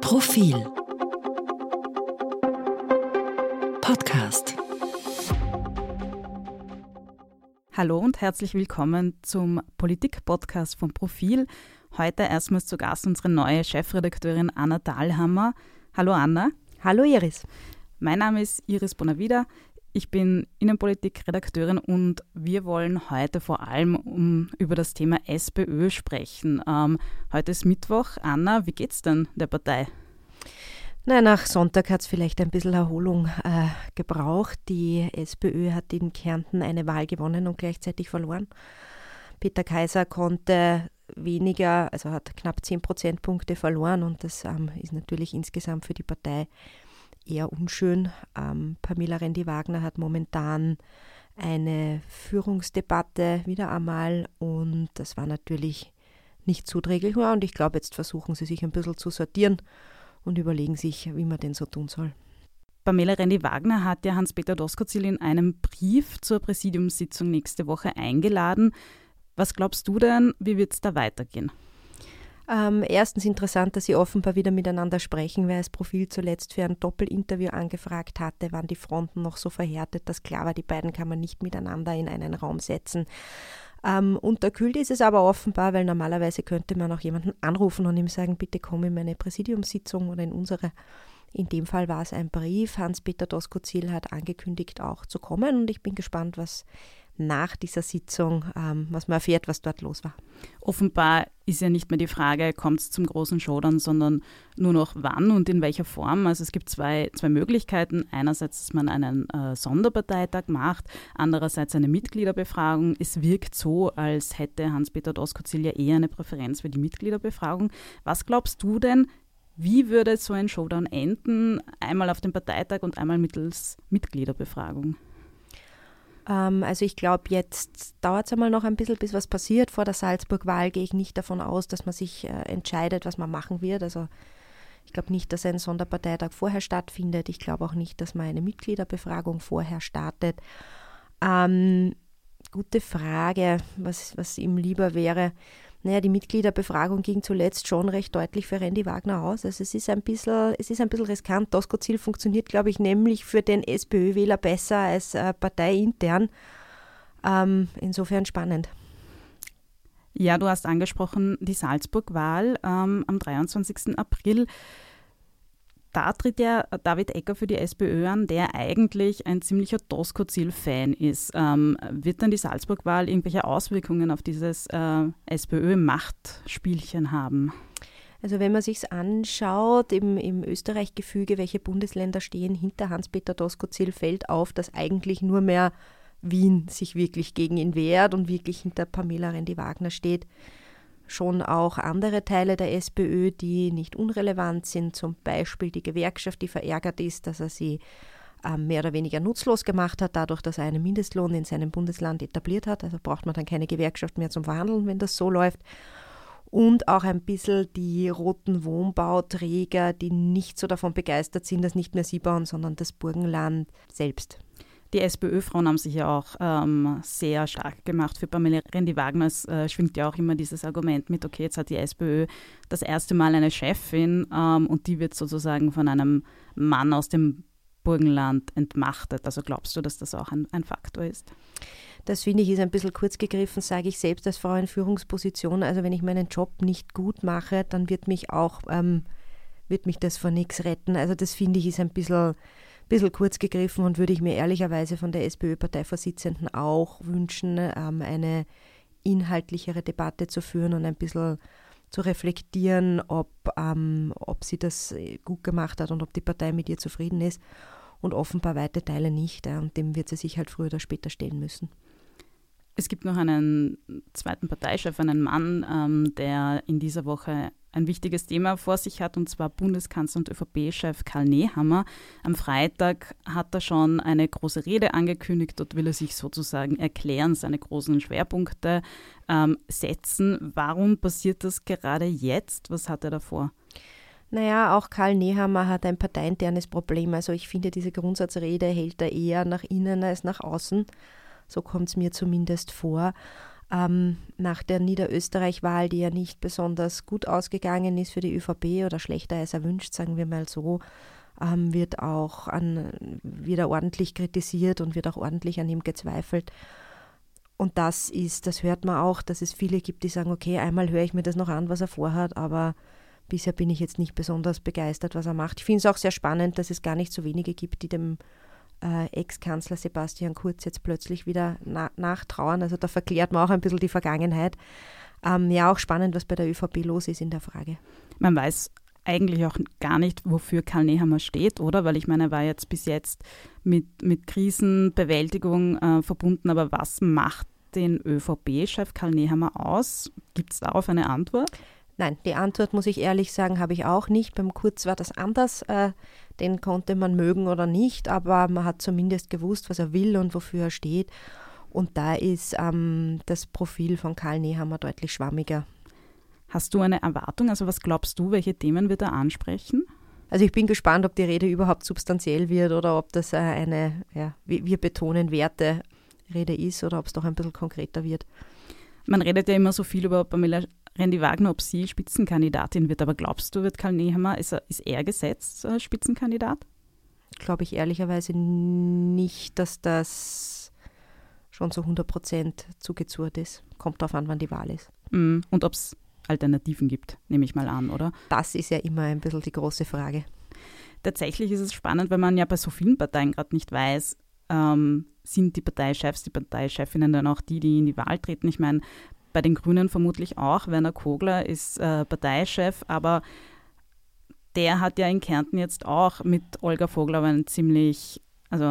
Profil Podcast. Hallo und herzlich willkommen zum Politik-Podcast von Profil. Heute erstmals zu Gast unsere neue Chefredakteurin Anna Thalhammer. Hallo Anna. Hallo Iris. Mein Name ist Iris Bonavida. Ich bin Innenpolitik-Redakteurin und wir wollen heute vor allem über das Thema SPÖ sprechen. Heute ist Mittwoch. Anna, wie geht's denn der Partei? Nach Sonntag hat es vielleicht ein bisschen Erholung gebraucht. Die SPÖ hat in Kärnten eine Wahl gewonnen und gleichzeitig verloren. Peter Kaiser konnte weniger, also hat knapp 10 Prozentpunkte verloren und das ist natürlich insgesamt für die Partei eher unschön. Pamela Rendi-Wagner hat momentan eine Führungsdebatte wieder einmal und das war natürlich nicht zuträglich. Und ich glaube, jetzt versuchen sie sich ein bisschen zu sortieren und überlegen sich, wie man denn so tun soll. Pamela Rendi-Wagner hat ja Hans-Peter Doskozil in einem Brief zur Präsidiumssitzung nächste Woche eingeladen. Was glaubst du denn, wie wird es da weitergehen? Erstens interessant, dass sie offenbar wieder miteinander sprechen, weil das Profil zuletzt für ein Doppelinterview angefragt hatte, waren die Fronten noch so verhärtet, dass klar war, die beiden kann man nicht miteinander in einen Raum setzen. Unterkühlt ist es aber offenbar, weil normalerweise könnte man auch jemanden anrufen und ihm sagen, bitte komm in meine Präsidiumssitzung oder in unsere. In dem Fall war es ein Brief. Hans-Peter Doskozil hat angekündigt, auch zu kommen und ich bin gespannt, was nach dieser Sitzung, was man erfährt, was dort los war. Offenbar ist ja nicht mehr die Frage, kommt es zum großen Showdown, sondern nur noch wann und in welcher Form. Also es gibt zwei Möglichkeiten. Einerseits, dass man einen Sonderparteitag macht, andererseits eine Mitgliederbefragung. Es wirkt so, als hätte Hans-Peter Doskozil ja eher eine Präferenz für die Mitgliederbefragung. Was glaubst du denn, wie würde so ein Showdown enden? Einmal auf dem Parteitag und einmal mittels Mitgliederbefragung? Also ich glaube, jetzt dauert es einmal noch ein bisschen, bis was passiert. Vor der Salzburg-Wahl gehe ich nicht davon aus, dass man sich entscheidet, was man machen wird. Also ich glaube nicht, dass ein Sonderparteitag vorher stattfindet. Ich glaube auch nicht, dass man eine Mitgliederbefragung vorher startet. Gute Frage, was ihm lieber wäre. Die Mitgliederbefragung ging zuletzt schon recht deutlich für Rendi-Wagner aus. Also es ist ein bisschen riskant. Doskozil funktioniert, glaube ich, nämlich für den SPÖ-Wähler besser als parteiintern. Insofern spannend. Ja, du hast angesprochen die Salzburg-Wahl am 23. April. Da tritt ja David Ecker für die SPÖ an, der eigentlich ein ziemlicher Doskozil-Fan ist. Wird dann die Salzburg-Wahl irgendwelche Auswirkungen auf dieses SPÖ-Machtspielchen haben? Also wenn man sich es anschaut, im Österreich-Gefüge, welche Bundesländer stehen hinter Hans-Peter Doskozil, fällt auf, dass eigentlich nur mehr Wien sich wirklich gegen ihn wehrt und wirklich hinter Pamela Rendi-Wagner steht. Schon auch andere Teile der SPÖ, die nicht unrelevant sind, zum Beispiel die Gewerkschaft, die verärgert ist, dass er sie mehr oder weniger nutzlos gemacht hat, dadurch, dass er einen Mindestlohn in seinem Bundesland etabliert hat. Also braucht man dann keine Gewerkschaft mehr zum Verhandeln, wenn das so läuft. Und auch ein bisschen die roten Wohnbauträger, die nicht so davon begeistert sind, dass nicht mehr sie bauen, sondern das Burgenland selbst. Die SPÖ-Frauen haben sich ja auch sehr stark gemacht für Pamela Rendi-Wagner. Es schwingt ja auch immer dieses Argument mit, okay, jetzt hat die SPÖ das erste Mal eine Chefin und die wird sozusagen von einem Mann aus dem Burgenland entmachtet. Also glaubst du, dass das auch ein Faktor ist? Das finde ich ist ein bisschen kurz gegriffen, sage ich selbst als Frau in Führungsposition. Also wenn ich meinen Job nicht gut mache, dann wird mich das vor nichts retten. Also das finde ich ist ein bisschen kurz gegriffen und würde ich mir ehrlicherweise von der SPÖ-Parteivorsitzenden auch wünschen, eine inhaltlichere Debatte zu führen und ein bisschen zu reflektieren, ob sie das gut gemacht hat und ob die Partei mit ihr zufrieden ist. Und offenbar weite Teile nicht. Und dem wird sie sich halt früher oder später stellen müssen. Es gibt noch einen zweiten Parteichef, einen Mann, der in dieser Woche ein wichtiges Thema vor sich hat, und zwar Bundeskanzler und ÖVP-Chef Karl Nehammer. Am Freitag hat er schon eine große Rede angekündigt. Dort will er sich sozusagen erklären, seine großen Schwerpunkte setzen. Warum passiert das gerade jetzt? Was hat er davor? Auch Karl Nehammer hat ein parteiinternes Problem. Also ich finde, diese Grundsatzrede hält er eher nach innen als nach außen. So kommt es mir zumindest vor. nach der Niederösterreich-Wahl, die ja nicht besonders gut ausgegangen ist für die ÖVP oder schlechter als erwünscht, sagen wir mal so, wird er ordentlich kritisiert und wird auch ordentlich an ihm gezweifelt. Und das hört man auch, dass es viele gibt, die sagen, okay, einmal höre ich mir das noch an, was er vorhat, aber bisher bin ich jetzt nicht besonders begeistert, was er macht. Ich finde es auch sehr spannend, dass es gar nicht so wenige gibt, die dem Ex-Kanzler Sebastian Kurz jetzt plötzlich wieder nachtrauern. Also da verklärt man auch ein bisschen die Vergangenheit. Ja, auch spannend, was bei der ÖVP los ist in der Frage. Man weiß eigentlich auch gar nicht, wofür Karl Nehammer steht, oder? Weil ich meine, er war jetzt bis jetzt mit Krisenbewältigung verbunden, aber was macht den ÖVP-Chef Karl Nehammer aus? Gibt es darauf eine Antwort? Nein, die Antwort, muss ich ehrlich sagen, habe ich auch nicht. Beim Kurz war das anders. Den konnte man mögen oder nicht, aber man hat zumindest gewusst, was er will und wofür er steht. Und da ist das Profil von Karl Nehammer deutlich schwammiger. Hast du eine Erwartung? Also was glaubst du, welche Themen wird er ansprechen? Also ich bin gespannt, ob die Rede überhaupt substanziell wird oder ob das eine, wir betonen Werte Rede ist oder ob es doch ein bisschen konkreter wird. Man redet ja immer so viel über Pamela Rendi-Wagner, ob sie Spitzenkandidatin wird. Aber glaubst du, wird Karl Nehammer, ist er gesetzt als Spitzenkandidat? Glaube ich ehrlicherweise nicht, dass das schon zu 100% zugezurrt ist. Kommt darauf an, wann die Wahl ist. Und ob es Alternativen gibt, nehme ich mal an, oder? Das ist ja immer ein bisschen die große Frage. Tatsächlich ist es spannend, weil man ja bei so vielen Parteien gerade nicht weiß, sind die Parteichefs, die Parteichefinnen dann auch die in die Wahl treten. Ich meine, bei den Grünen vermutlich auch. Werner Kogler ist Parteichef, aber der hat ja in Kärnten jetzt auch mit Olga Vogler einen ziemlichen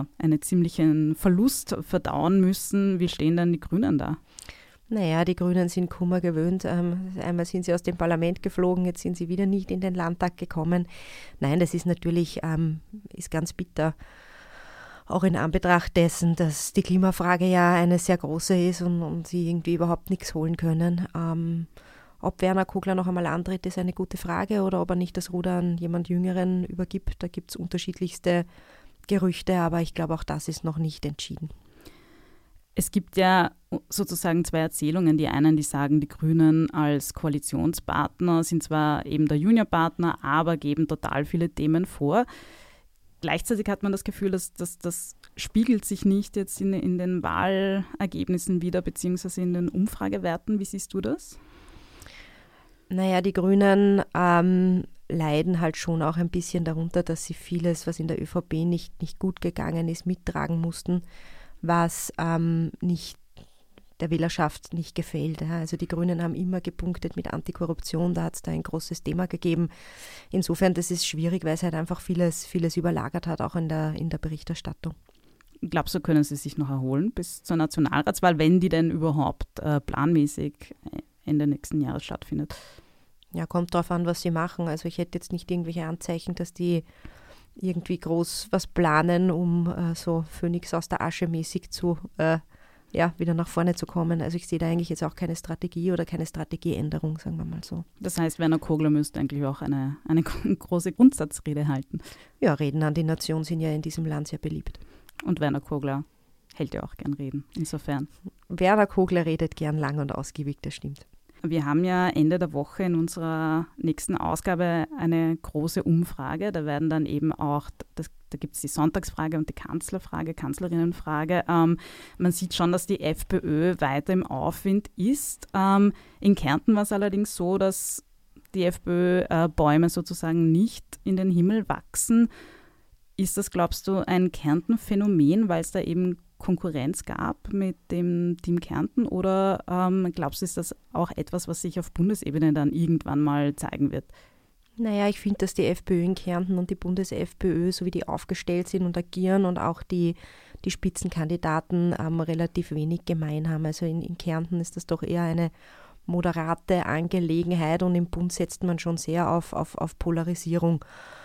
Verlust verdauen müssen. Wie stehen dann die Grünen da? Naja, die Grünen sind Kummer gewöhnt. Einmal sind sie aus dem Parlament geflogen, jetzt sind sie wieder nicht in den Landtag gekommen. Nein, das ist natürlich ist ganz bitter. Auch in Anbetracht dessen, dass die Klimafrage ja eine sehr große ist und sie irgendwie überhaupt nichts holen können. Ob Werner Kogler noch einmal antritt, ist eine gute Frage, oder ob er nicht das Ruder an jemand Jüngeren übergibt. Da gibt es unterschiedlichste Gerüchte, aber ich glaube, auch das ist noch nicht entschieden. Es gibt ja sozusagen zwei Erzählungen. Die einen, die sagen, die Grünen als Koalitionspartner sind zwar eben der Juniorpartner, aber geben total viele Themen vor. Gleichzeitig hat man das Gefühl, dass das spiegelt sich nicht jetzt in den Wahlergebnissen wieder, beziehungsweise in den Umfragewerten. Wie siehst du das? Naja, die Grünen leiden halt schon auch ein bisschen darunter, dass sie vieles, was in der ÖVP nicht gut gegangen ist, mittragen mussten, was nicht der Wählerschaft nicht gefällt. Ja. Also die Grünen haben immer gepunktet mit Antikorruption, da hat es da ein großes Thema gegeben. Insofern, das ist schwierig, weil es halt einfach vieles überlagert hat, auch in der Berichterstattung. Glaubst du, können sie sich noch erholen bis zur Nationalratswahl, wenn die denn überhaupt planmäßig Ende nächsten Jahres stattfindet? Ja, kommt drauf an, was sie machen. Also ich hätte jetzt nicht irgendwelche Anzeichen, dass die irgendwie groß was planen, um so Phönix aus der Asche mäßig zu wieder nach vorne zu kommen. Also ich sehe da eigentlich jetzt auch keine Strategie oder keine Strategieänderung, sagen wir mal so. Das heißt, Werner Kogler müsste eigentlich auch eine große Grundsatzrede halten. Ja, Reden an die Nation sind ja in diesem Land sehr beliebt. Und Werner Kogler hält ja auch gern Reden, insofern. Werner Kogler redet gern lang und ausgiebig, das stimmt. Wir haben ja Ende der Woche in unserer nächsten Ausgabe eine große Umfrage. Da werden dann eben auch, da gibt es die Sonntagsfrage und die Kanzlerfrage, Kanzlerinnenfrage. Man sieht schon, dass die FPÖ weiter im Aufwind ist. In Kärnten war es allerdings so, dass die FPÖ-Bäume sozusagen nicht in den Himmel wachsen. Ist das, glaubst du, ein Kärnten-Phänomen, weil es da eben Konkurrenz gab mit dem Team Kärnten, oder glaubst du, ist das auch etwas, was sich auf Bundesebene dann irgendwann mal zeigen wird? Naja, ich finde, dass die FPÖ in Kärnten und die Bundes-FPÖ, so wie die aufgestellt sind und agieren, und auch die Spitzenkandidaten relativ wenig gemein haben. Also in Kärnten ist das doch eher eine moderate Angelegenheit, und im Bund setzt man schon sehr auf Polarisierung.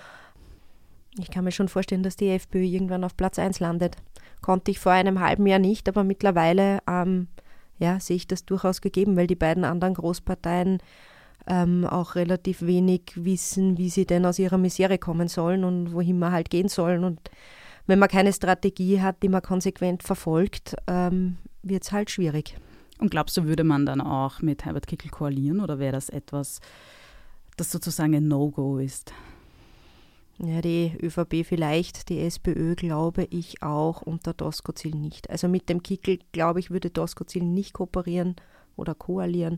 Ich kann mir schon vorstellen, dass die FPÖ irgendwann auf Platz 1 landet. Konnte ich vor einem halben Jahr nicht, aber mittlerweile sehe ich das durchaus gegeben, weil die beiden anderen Großparteien auch relativ wenig wissen, wie sie denn aus ihrer Misere kommen sollen und wohin man halt gehen sollen. Und wenn man keine Strategie hat, die man konsequent verfolgt, wird es halt schwierig. Und glaubst du, würde man dann auch mit Herbert Kickl koalieren oder wäre das etwas, das sozusagen ein No-Go ist? Ja, die ÖVP vielleicht, die SPÖ glaube ich auch und der Doskozil nicht. Also mit dem Kickl, glaube ich, würde Doskozil nicht kooperieren oder koalieren.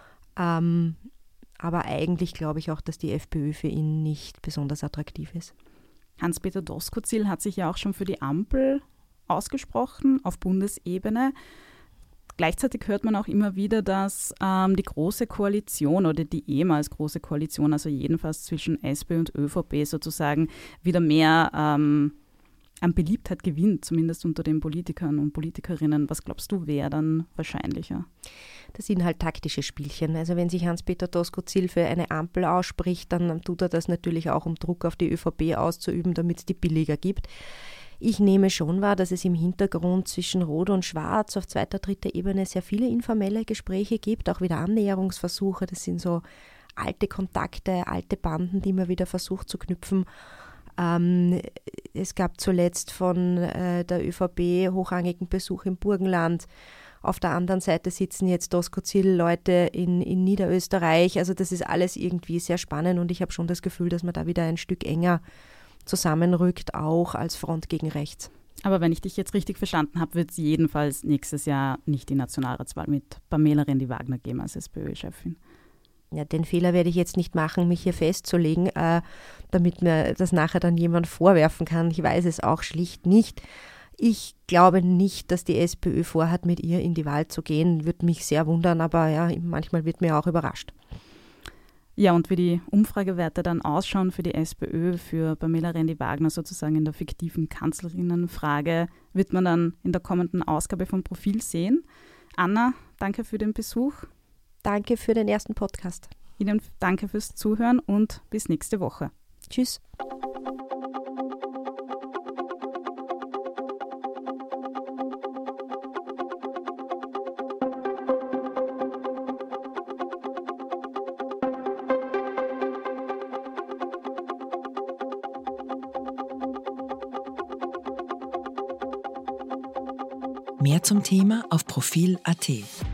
Aber eigentlich glaube ich auch, dass die FPÖ für ihn nicht besonders attraktiv ist. Hans-Peter Doskozil hat sich ja auch schon für die Ampel ausgesprochen auf Bundesebene. Gleichzeitig hört man auch immer wieder, dass die Große Koalition oder die ehemals Große Koalition, also jedenfalls zwischen SPÖ und ÖVP sozusagen, wieder mehr an Beliebtheit gewinnt, zumindest unter den Politikern und Politikerinnen. Was glaubst du, wäre dann wahrscheinlicher? Das sind halt taktische Spielchen. Also wenn sich Hans-Peter Doskozil für eine Ampel ausspricht, dann tut er das natürlich auch, um Druck auf die ÖVP auszuüben, damit es die billiger gibt. Ich nehme schon wahr, dass es im Hintergrund zwischen Rot und Schwarz auf zweiter, dritter Ebene sehr viele informelle Gespräche gibt, auch wieder Annäherungsversuche. Das sind so alte Kontakte, alte Banden, die man wieder versucht zu knüpfen. Es gab zuletzt von der ÖVP hochrangigen Besuch im Burgenland. Auf der anderen Seite sitzen jetzt Doskozil-Leute in Niederösterreich. Also das ist alles irgendwie sehr spannend und ich habe schon das Gefühl, dass man da wieder ein Stück enger zusammenrückt, auch als Front gegen rechts. Aber wenn ich dich jetzt richtig verstanden habe, wird es jedenfalls nächstes Jahr nicht die Nationalratswahl mit Pamela Rendi-Wagner geben als SPÖ-Chefin. Ja, den Fehler werde ich jetzt nicht machen, mich hier festzulegen, damit mir das nachher dann jemand vorwerfen kann. Ich weiß es auch schlicht nicht. Ich glaube nicht, dass die SPÖ vorhat, mit ihr in die Wahl zu gehen. Würde mich sehr wundern, aber ja, manchmal wird mir auch überrascht. Ja, und wie die Umfragewerte dann ausschauen für die SPÖ, für Pamela Rendi-Wagner sozusagen in der fiktiven Kanzlerinnenfrage, wird man dann in der kommenden Ausgabe vom Profil sehen. Anna, danke für den Besuch. Danke für den ersten Podcast. Ihnen danke fürs Zuhören und bis nächste Woche. Tschüss. Mehr zum Thema auf Profil.at.